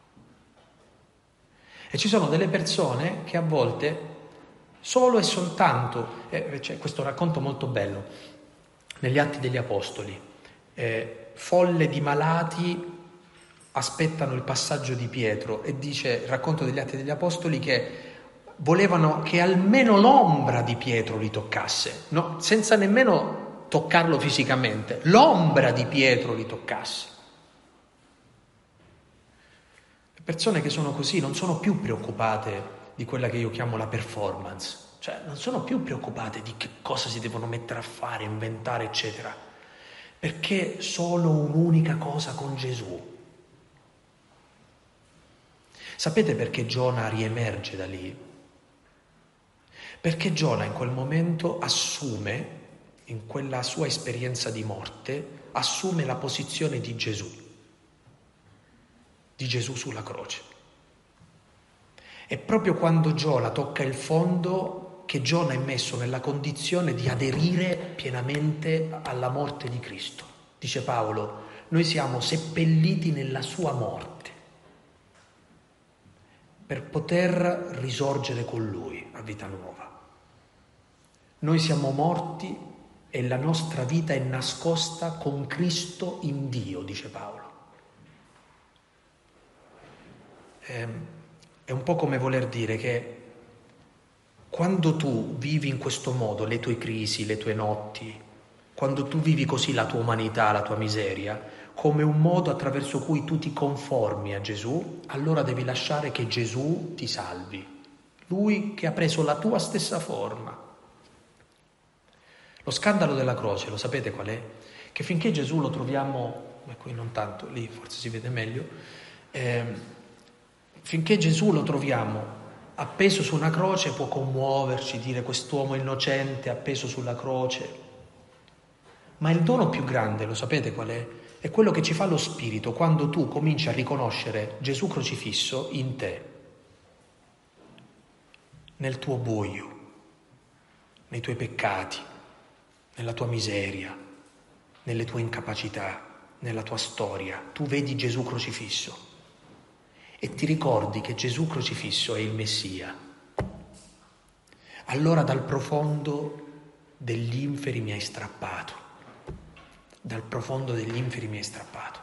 E ci sono delle persone che a volte solo e soltanto, c'è questo racconto molto bello negli Atti degli Apostoli, folle di malati aspettano il passaggio di Pietro e dice il racconto degli Atti degli Apostoli che volevano che almeno l'ombra di Pietro li toccasse, no? Senza nemmeno toccarlo fisicamente, l'ombra di Pietro li toccasse. Le persone che sono così non sono più preoccupate di quella che io chiamo la performance, cioè non sono più preoccupate di che cosa si devono mettere a fare, inventare, eccetera, perché solo un'unica cosa con Gesù. Sapete perché Giona riemerge da lì? Perché Giona in quel momento assume, in quella sua esperienza di morte, assume la posizione di Gesù sulla croce. È proprio quando Giona tocca il fondo che Giona è messo nella condizione di aderire pienamente alla morte di Cristo. Dice Paolo, noi siamo seppelliti nella sua morte per poter risorgere con Lui a vita nuova. Noi siamo morti e la nostra vita è nascosta con Cristo in Dio, dice Paolo. È un po' come voler dire che quando tu vivi in questo modo le tue crisi, le tue notti, quando tu vivi così la tua umanità, la tua miseria, come un modo attraverso cui tu ti conformi a Gesù, allora devi lasciare che Gesù ti salvi. Lui che ha preso la tua stessa forma. Lo scandalo della croce, lo sapete qual è? Che finché Gesù lo troviamo, qui non tanto, lì forse si vede meglio, finché Gesù lo troviamo appeso su una croce può commuoverci, dire quest'uomo innocente appeso sulla croce. Ma il dono più grande, lo sapete qual è? È quello che ci fa lo Spirito quando tu cominci a riconoscere Gesù crocifisso in te, nel tuo buio, nei tuoi peccati, nella tua miseria, nelle tue incapacità, nella tua storia. Tu vedi Gesù crocifisso e ti ricordi che Gesù crocifisso è il Messia. Allora dal profondo degli inferi mi hai strappato. Dal profondo degli inferi mi hai strappato.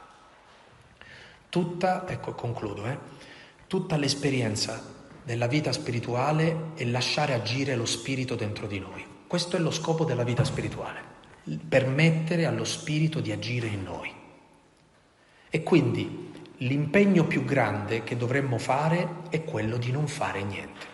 Tutta l'esperienza della vita spirituale è lasciare agire lo Spirito dentro di noi. Questo è lo scopo della vita spirituale, permettere allo Spirito di agire in noi. E quindi l'impegno più grande che dovremmo fare è quello di non fare niente.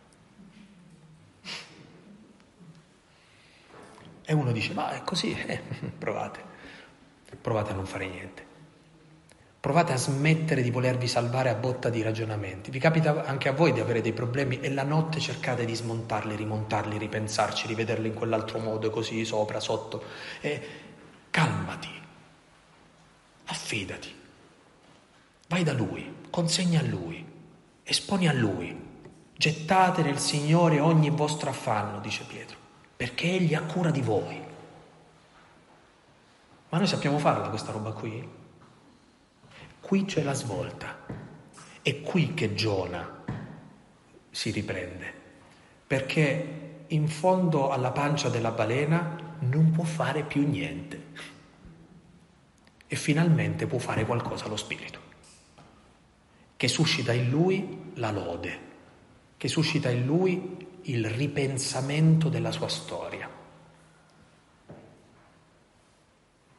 E uno dice, ma è così, provate a non fare niente. Provate a smettere di volervi salvare a botta di ragionamenti. Vi capita anche a voi di avere dei problemi e la notte cercate di smontarli, rimontarli, ripensarci, rivederli in quell'altro modo, così, sopra, sotto. Calmati, affidati, vai da Lui, consegna a Lui, esponi a Lui. Gettate nel Signore ogni vostro affanno, dice Pietro, perché Egli ha cura di voi. Ma noi sappiamo farla questa roba qui? Qui c'è la svolta, è qui che Giona si riprende, perché in fondo alla pancia della balena non può fare più niente e finalmente può fare qualcosa lo Spirito, che suscita in lui la lode, che suscita in lui il ripensamento della sua storia.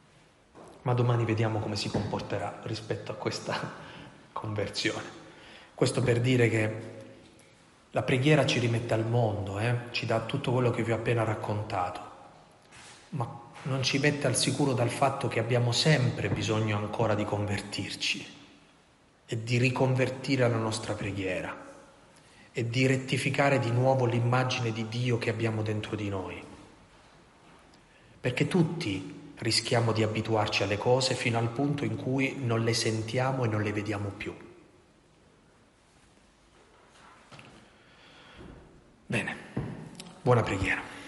Ma domani vediamo come si comporterà rispetto a questa conversione. Questo per dire che la preghiera ci rimette al mondo, ci dà tutto quello che vi ho appena raccontato, ma non ci mette al sicuro dal fatto che abbiamo sempre bisogno ancora di convertirci e di riconvertire la nostra preghiera e di rettificare di nuovo l'immagine di Dio che abbiamo dentro di noi. Perché tutti rischiamo di abituarci alle cose fino al punto in cui non le sentiamo e non le vediamo più. Bene, buona preghiera.